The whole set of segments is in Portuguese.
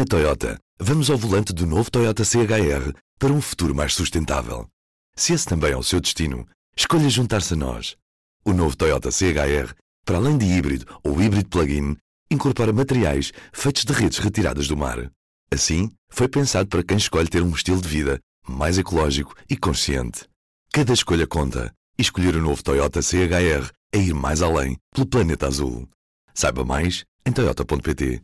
Na Toyota, vamos ao volante do novo Toyota CHR para um futuro mais sustentável. Se esse também é o seu destino, escolha juntar-se a nós. O novo Toyota CHR, para além de híbrido ou híbrido plug-in, incorpora materiais feitos de redes retiradas do mar. Assim, foi pensado para quem escolhe ter um estilo de vida mais ecológico e consciente. Cada escolha conta, e escolher o novo Toyota CHR é ir mais além pelo planeta azul. Saiba mais em toyota.pt.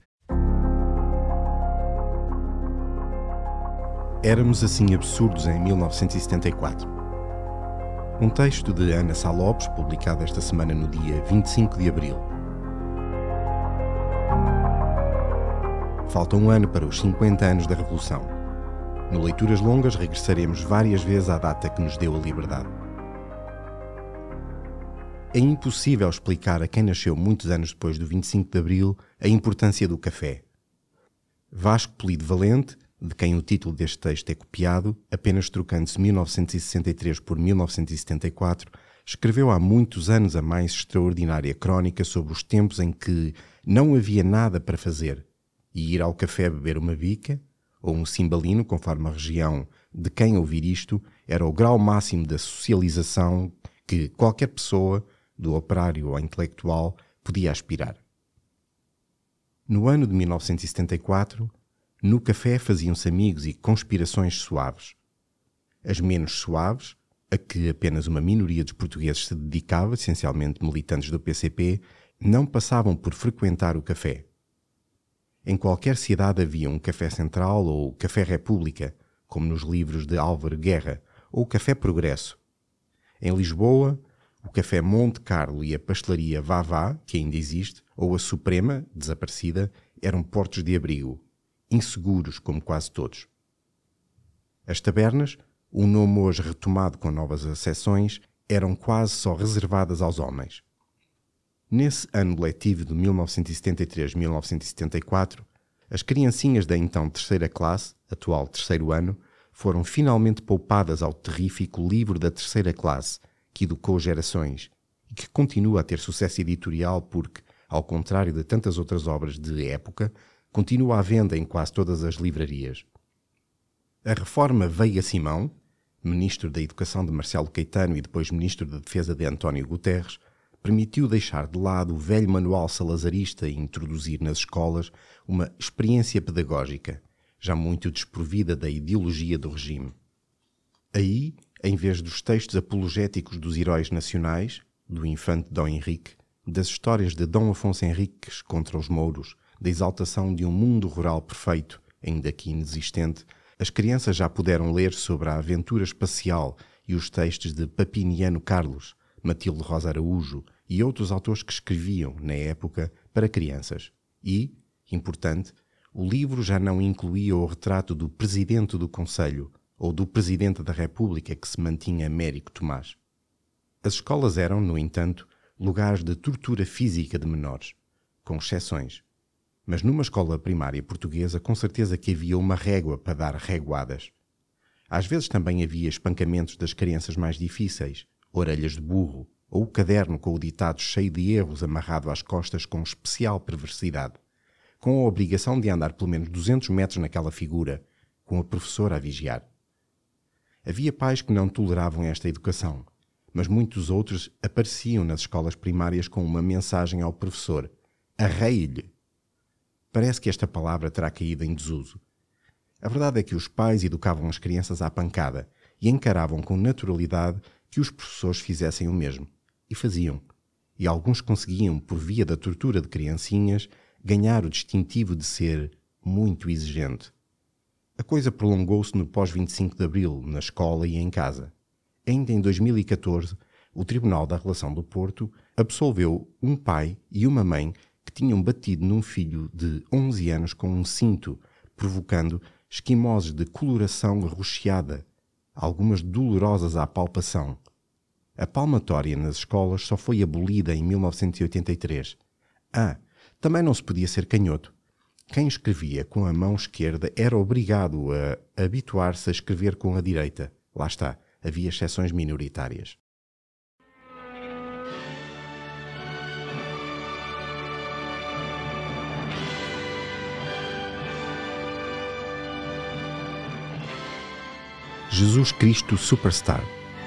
Éramos assim absurdos em 1974. Um texto de Ana Sá Lopes, publicado esta semana no dia 25 de abril. Falta um ano para os 50 anos da Revolução. No Leituras Longas regressaremos várias vezes à data que nos deu a liberdade. É impossível explicar a quem nasceu muitos anos depois do 25 de abril a importância do café. Vasco Polido Valente, de quem o título deste texto é copiado, apenas trocando-se 1963 por 1974, escreveu há muitos anos a mais extraordinária crónica sobre os tempos em que não havia nada para fazer e ir ao café beber uma bica ou um cimbalino, conforme a região de quem ouvir isto, era o grau máximo da socialização que qualquer pessoa, do operário ao intelectual, podia aspirar. No ano de 1974, no café faziam-se amigos e conspirações suaves. As menos suaves, a que apenas uma minoria dos portugueses se dedicava, essencialmente militantes do PCP, não passavam por frequentar o café. Em qualquer cidade havia um café central ou café república, como nos livros de Álvaro Guerra, ou café Progresso. Em Lisboa, o café Monte Carlo e a pastelaria Vavá, que ainda existe, ou a Suprema, desaparecida, eram portos de abrigo, inseguros como quase todos. As tabernas, um nome hoje retomado com novas acessões, eram quase só reservadas aos homens. Nesse ano letivo de 1973-1974, as criancinhas da então terceira classe, atual terceiro ano, foram finalmente poupadas ao terrífico livro da terceira classe, que educou gerações e que continua a ter sucesso editorial porque, ao contrário de tantas outras obras de época, continua à venda em quase todas as livrarias. A reforma Veiga Simão, ministro da Educação de Marcelo Caetano e depois ministro da Defesa de António Guterres, permitiu deixar de lado o velho manual salazarista e introduzir nas escolas uma experiência pedagógica, já muito desprovida da ideologia do regime. Aí, em vez dos textos apologéticos dos heróis nacionais, do infante Dom Henrique, das histórias de Dom Afonso Henriques contra os mouros, da exaltação de um mundo rural perfeito, ainda que inexistente, as crianças já puderam ler sobre a aventura espacial e os textos de Papiniano Carlos, Matilde Rosa Araújo e outros autores que escreviam, na época, para crianças. E, importante, o livro já não incluía o retrato do presidente do Conselho ou do presidente da República que se mantinha Américo Tomás. As escolas eram, no entanto, lugares de tortura física de menores, com exceções. Mas numa escola primária portuguesa, com certeza que havia uma régua para dar reguadas. Às vezes também havia espancamentos das crianças mais difíceis, orelhas de burro, ou o caderno com o ditado cheio de erros amarrado às costas com especial perversidade, com a obrigação de andar pelo menos 200 metros naquela figura, com a professora a vigiar. Havia pais que não toleravam esta educação, mas muitos outros apareciam nas escolas primárias com uma mensagem ao professor: arreie-lhe. Parece que esta palavra terá caído em desuso. A verdade é que os pais educavam as crianças à pancada e encaravam com naturalidade que os professores fizessem o mesmo. E faziam. E alguns conseguiam, por via da tortura de criancinhas, ganhar o distintivo de ser muito exigente. A coisa prolongou-se no pós-25 de Abril, na escola e em casa. Ainda em 2014, o Tribunal da Relação do Porto absolveu um pai e uma mãe que tinham batido num filho de 11 anos com um cinto, provocando esquimoses de coloração arroxeada, algumas dolorosas à palpação. A palmatória nas escolas só foi abolida em 1983. Também não se podia ser canhoto. Quem escrevia com a mão esquerda era obrigado a habituar-se a escrever com a direita. Lá está, havia exceções minoritárias. Jesus Cristo Superstar.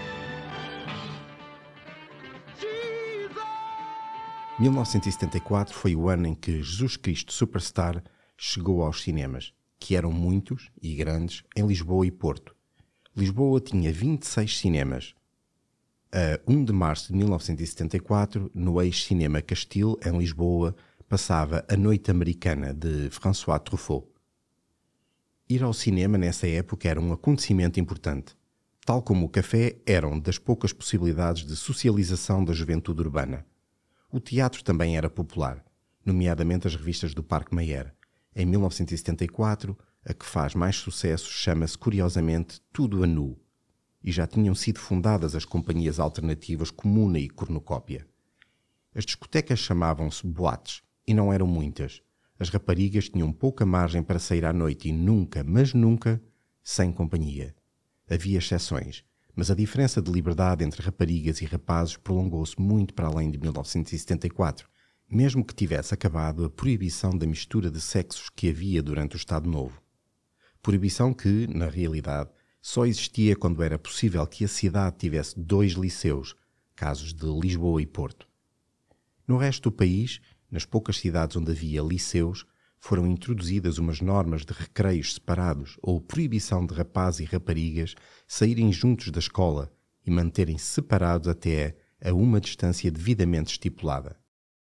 Em 1974 foi o ano em que Jesus Cristo Superstar chegou aos cinemas, que eram muitos e grandes em Lisboa e Porto. Lisboa tinha 26 cinemas. A 1 de março de 1974, no ex-Cinema Castil, em Lisboa, passava A Noite Americana, de François Truffaut. Ir ao cinema nessa época era um acontecimento importante. Tal como o café, eram das poucas possibilidades de socialização da juventude urbana. O teatro também era popular, nomeadamente as revistas do Parque Mayer. Em 1974, a que faz mais sucesso chama-se, curiosamente, Tudo a Nu. E já tinham sido fundadas as companhias alternativas Comuna e Cornucópia. As discotecas chamavam-se boates, e não eram muitas. As raparigas tinham pouca margem para sair à noite e nunca, mas nunca, sem companhia. Havia exceções, mas a diferença de liberdade entre raparigas e rapazes prolongou-se muito para além de 1974, mesmo que tivesse acabado a proibição da mistura de sexos que havia durante o Estado Novo. Proibição que, na realidade, só existia quando era possível que a cidade tivesse 2 liceus, casos de Lisboa e Porto. No resto do país, nas poucas cidades onde havia liceus, foram introduzidas umas normas de recreios separados ou proibição de rapazes e raparigas saírem juntos da escola e manterem-se separados até a uma distância devidamente estipulada.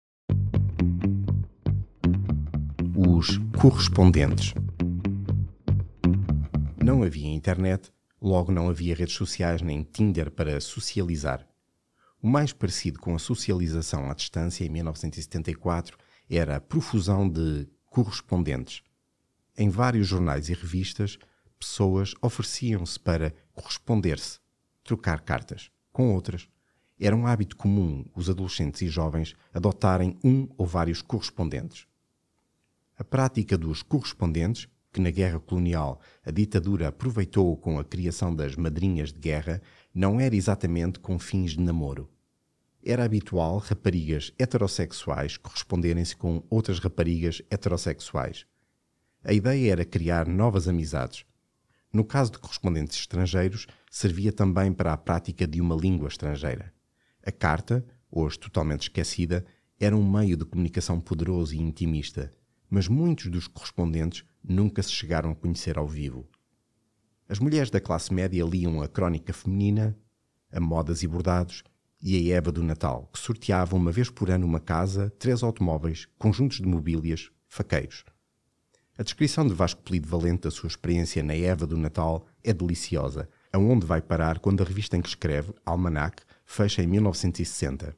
Os correspondentes. Não havia internet, logo não havia redes sociais nem Tinder para socializar. O mais parecido com a socialização à distância, em 1974, era a profusão de correspondentes. Em vários jornais e revistas, pessoas ofereciam-se para corresponder-se, trocar cartas, com outras. Era um hábito comum os adolescentes e jovens adotarem um ou vários correspondentes. A prática dos correspondentes, que na guerra colonial a ditadura aproveitou com a criação das madrinhas de guerra, não era exatamente com fins de namoro. Era habitual raparigas heterossexuais corresponderem-se com outras raparigas heterossexuais. A ideia era criar novas amizades. No caso de correspondentes estrangeiros, servia também para a prática de uma língua estrangeira. A carta, hoje totalmente esquecida, era um meio de comunicação poderoso e intimista, mas muitos dos correspondentes nunca se chegaram a conhecer ao vivo. As mulheres da classe média liam a Crónica Feminina, a Modas e Bordados e a Eva do Natal, que sorteavam uma vez por ano uma casa, 3 automóveis, conjuntos de mobílias, faqueiros. A descrição de Vasco Polido Valente da sua experiência na Eva do Natal é deliciosa, aonde vai parar quando a revista em que escreve, Almanac, fecha em 1960.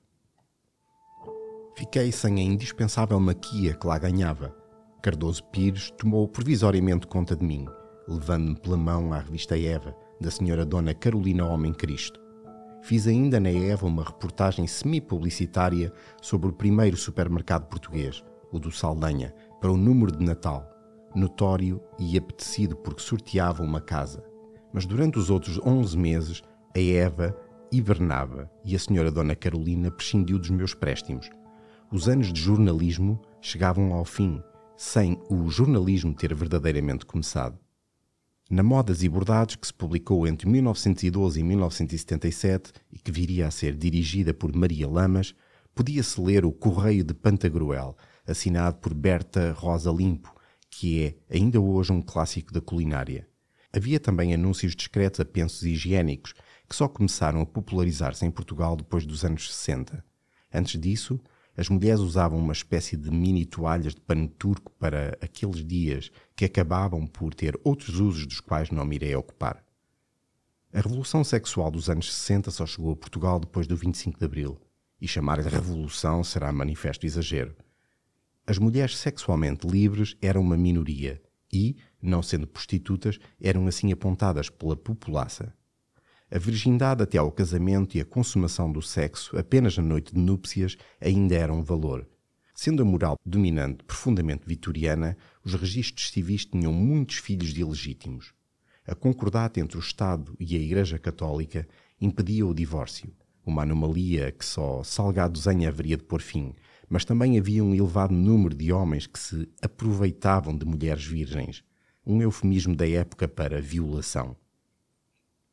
Fiquei sem a indispensável maquia que lá ganhava. Cardoso Pires tomou provisoriamente conta de mim, levando-me pela mão à revista Eva, da senhora Dona Carolina Homem Cristo. Fiz ainda na Eva uma reportagem semi-publicitária sobre o primeiro supermercado português, o do Saldanha, para o número de Natal, notório e apetecido porque sorteava uma casa. Mas durante os outros 11 meses, a Eva hibernava e a senhora Dona Carolina prescindiu dos meus préstimos. Os anos de jornalismo chegavam ao fim, sem o jornalismo ter verdadeiramente começado. Na Modas e Bordados, que se publicou entre 1912 e 1977 e que viria a ser dirigida por Maria Lamas, podia-se ler o Correio de Pantagruel, assinado por Berta Rosa Limpo, que é ainda hoje um clássico da culinária. Havia também anúncios discretos a pensos higiênicos, que só começaram a popularizar-se em Portugal depois dos anos 60. Antes disso, as mulheres usavam uma espécie de mini toalhas de pano turco para aqueles dias que acabavam por ter outros usos dos quais não me irei ocupar. A revolução sexual dos anos 60 só chegou a Portugal depois do 25 de Abril, e chamar-lhe revolução será manifesto exagero. As mulheres sexualmente livres eram uma minoria e, não sendo prostitutas, eram assim apontadas pela populaça. A virgindade até ao casamento e a consumação do sexo apenas na noite de núpcias ainda era um valor. Sendo a moral dominante profundamente vitoriana, os registros civis tinham muitos filhos de ilegítimos. A concordata entre o Estado e a Igreja Católica impedia o divórcio, uma anomalia que só Salgado Zenha haveria de pôr fim, mas também havia um elevado número de homens que se aproveitavam de mulheres virgens, um eufemismo da época para violação.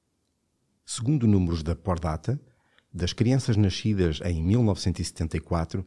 Segundo números da Pordata, das crianças nascidas em 1974,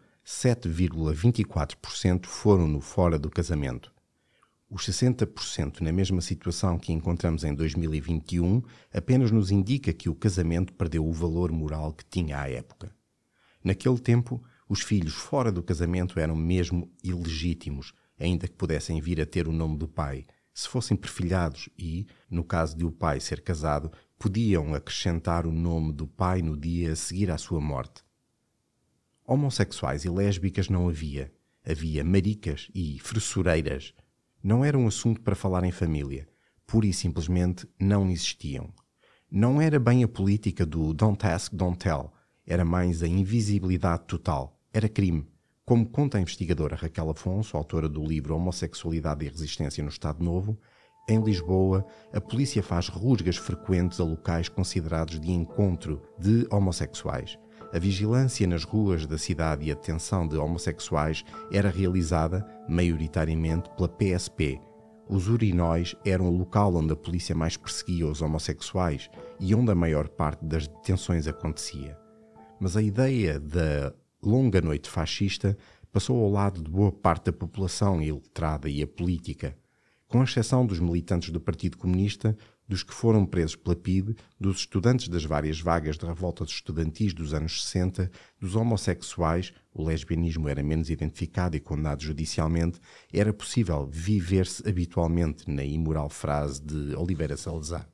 7,24% foram no fora do casamento. Os 60% na mesma situação que encontramos em 2021 apenas nos indica que o casamento perdeu o valor moral que tinha à época. Naquele tempo, os filhos fora do casamento eram mesmo ilegítimos, ainda que pudessem vir a ter o nome do pai, se fossem perfilhados e, no caso de o pai ser casado, podiam acrescentar o nome do pai no dia a seguir à sua morte. Homossexuais e lésbicas não havia. Havia maricas e fressureiras. Não era um assunto para falar em família. Pura e simplesmente não existiam. Não era bem a política do don't ask, don't tell. Era mais a invisibilidade total. Era crime. Como conta a investigadora Raquel Afonso, autora do livro Homossexualidade e Resistência no Estado Novo, em Lisboa, a polícia faz rusgas frequentes a locais considerados de encontro de homossexuais. A vigilância nas ruas da cidade e a detenção de homossexuais era realizada, maioritariamente, pela PSP. Os urinóis eram o local onde a polícia mais perseguia os homossexuais e onde a maior parte das detenções acontecia. Mas a ideia da longa noite fascista passou ao lado de boa parte da população iletrada e apolítica, com exceção dos militantes do Partido Comunista, dos que foram presos pela PIDE, dos estudantes das várias vagas de revoltas estudantis dos anos 60, dos homossexuais, o lesbianismo era menos identificado e condenado judicialmente, era possível viver-se habitualmente na imoral frase de Oliveira Salazar.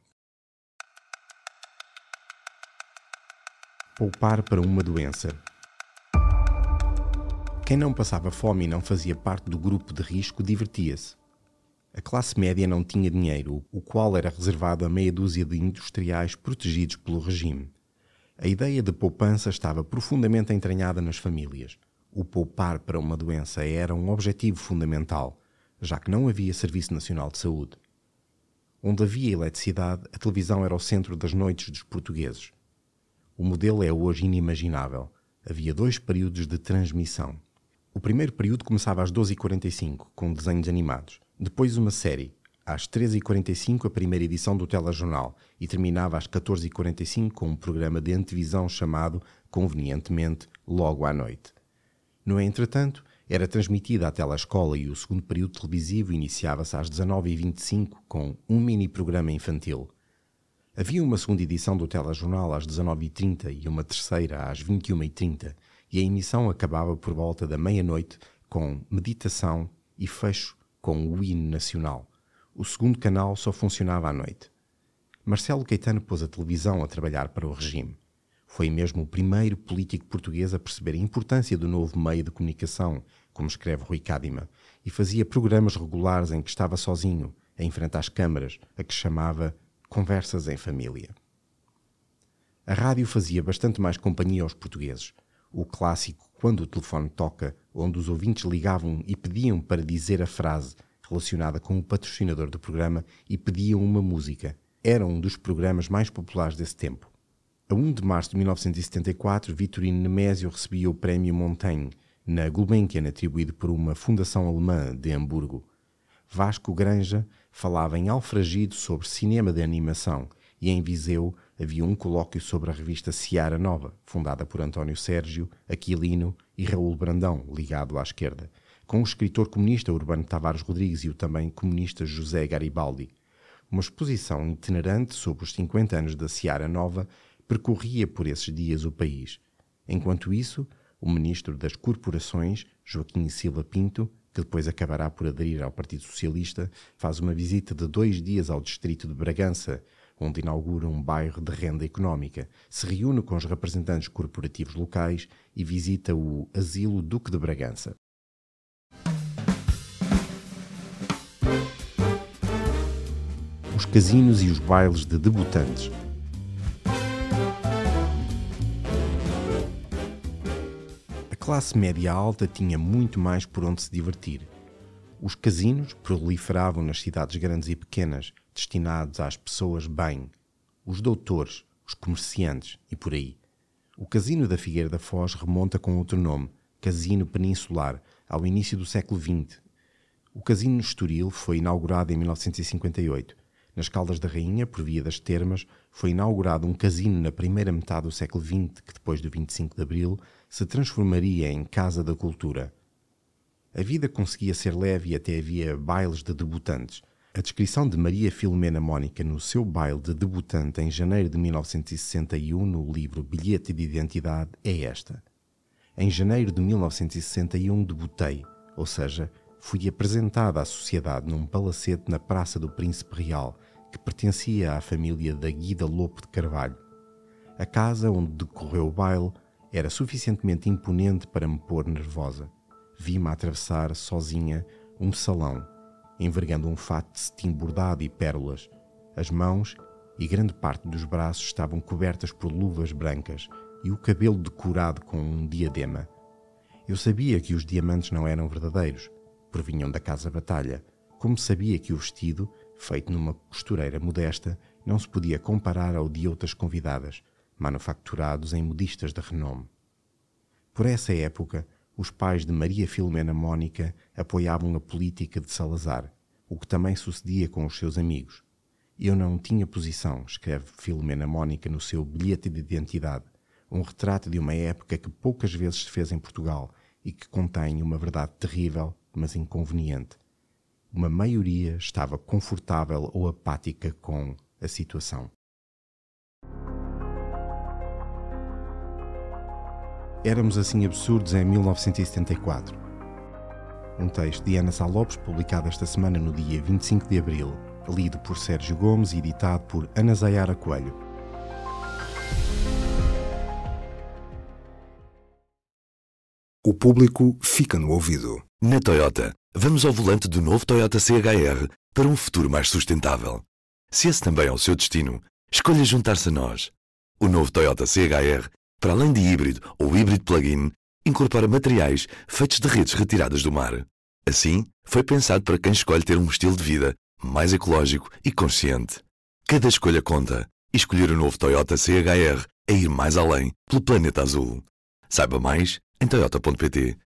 Poupar para uma doença. Quem não passava fome e não fazia parte do grupo de risco divertia-se. A classe média não tinha dinheiro, o qual era reservado a meia dúzia de industriais protegidos pelo regime. A ideia de poupança estava profundamente entranhada nas famílias. O poupar para uma doença era um objetivo fundamental, já que não havia Serviço Nacional de Saúde. Onde havia eletricidade, a televisão era o centro das noites dos portugueses. O modelo é hoje inimaginável. Havia 2 períodos de transmissão. O primeiro período começava às 12h45, com desenhos animados. Depois uma série, às 13h45 a primeira edição do telejornal e terminava às 14h45 com um programa de antevisão chamado, convenientemente, Logo à Noite. No entretanto, era transmitida a telescola e o segundo período televisivo iniciava-se às 19h25 com um mini-programa infantil. Havia uma segunda edição do telejornal às 19h30 e uma terceira às 21h30 e a emissão acabava por volta da meia-noite com meditação e fecho com o hino nacional. O segundo canal só funcionava à noite. Marcelo Caetano pôs a televisão a trabalhar para o regime. Foi mesmo o primeiro político português a perceber a importância do novo meio de comunicação, como escreve Rui Cadima, e fazia programas regulares em que estava sozinho, em frente às câmaras, a que chamava Conversas em Família. A rádio fazia bastante mais companhia aos portugueses. O clássico Quando o Telefone Toca, onde os ouvintes ligavam e pediam para dizer a frase relacionada com o patrocinador do programa e pediam uma música. Era um dos programas mais populares desse tempo. A 1 de março de 1974, Vitorino Nemésio recebia o Prémio Montaigne, na Gulbenkian, atribuído por uma fundação alemã de Hamburgo. Vasco Granja falava em Alfragido sobre cinema de animação e em Viseu havia um colóquio sobre a revista Seara Nova, fundada por António Sérgio, Aquilino e Raul Brandão, ligado à esquerda, com o escritor comunista Urbano Tavares Rodrigues e o também comunista José Garibaldi. Uma exposição itinerante sobre os 50 anos da Seara Nova percorria por esses dias o país. Enquanto isso, o ministro das Corporações, Joaquim Silva Pinto, que depois acabará por aderir ao Partido Socialista, faz uma visita de 2 dias ao distrito de Bragança, onde inaugura um bairro de renda económica, se reúne com os representantes corporativos locais e visita o Asilo Duque de Bragança. Os casinos e os bailes de debutantes. A classe média alta tinha muito mais por onde se divertir. Os casinos proliferavam nas cidades grandes e pequenas, destinados às pessoas bem, os doutores, os comerciantes e por aí. O Casino da Figueira da Foz remonta com outro nome, Casino Peninsular, ao início do século XX. O Casino no Estoril foi inaugurado em 1958. Nas Caldas da Rainha, por via das Termas, foi inaugurado um casino na primeira metade do século XX, que depois do 25 de Abril se transformaria em Casa da Cultura. A vida conseguia ser leve e até havia bailes de debutantes. A descrição de Maria Filomena Mónica no seu baile de debutante em janeiro de 1961 no livro Bilhete de Identidade é esta. Em janeiro de 1961 debutei, ou seja, fui apresentada à sociedade num palacete na Praça do Príncipe Real, que pertencia à família da Guida Lopo de Carvalho. A casa onde decorreu o baile era suficientemente imponente para me pôr nervosa. Vi-me atravessar, sozinha, um salão, envergando um fato de cetim bordado e pérolas. As mãos e grande parte dos braços estavam cobertas por luvas brancas e o cabelo decorado com um diadema. Eu sabia que os diamantes não eram verdadeiros, provinham da Casa Batalha, como sabia que o vestido, feito numa costureira modesta, não se podia comparar ao de outras convidadas, manufaturados em modistas de renome. Por essa época, os pais de Maria Filomena Mónica apoiavam a política de Salazar, o que também sucedia com os seus amigos. Eu não tinha posição, escreve Filomena Mónica no seu Bilhete de Identidade, um retrato de uma época que poucas vezes se fez em Portugal e que contém uma verdade terrível, mas inconveniente. Uma maioria estava confortável ou apática com a situação. Éramos assim absurdos em 1974. Um texto de Ana Sá Lopes, publicado esta semana no dia 25 de abril, lido por Sérgio Gomes e editado por Ana Zayara Coelho. O público fica no ouvido. Na Toyota, vamos ao volante do novo Toyota CHR para um futuro mais sustentável. Se esse também é o seu destino, escolha juntar-se a nós. O novo Toyota CHR, para além de híbrido ou híbrido plug-in, incorpora materiais feitos de redes retiradas do mar. Assim, foi pensado para quem escolhe ter um estilo de vida mais ecológico e consciente. Cada escolha conta, e escolher o novo Toyota CHR é ir mais além pelo planeta azul. Saiba mais em toyota.pt.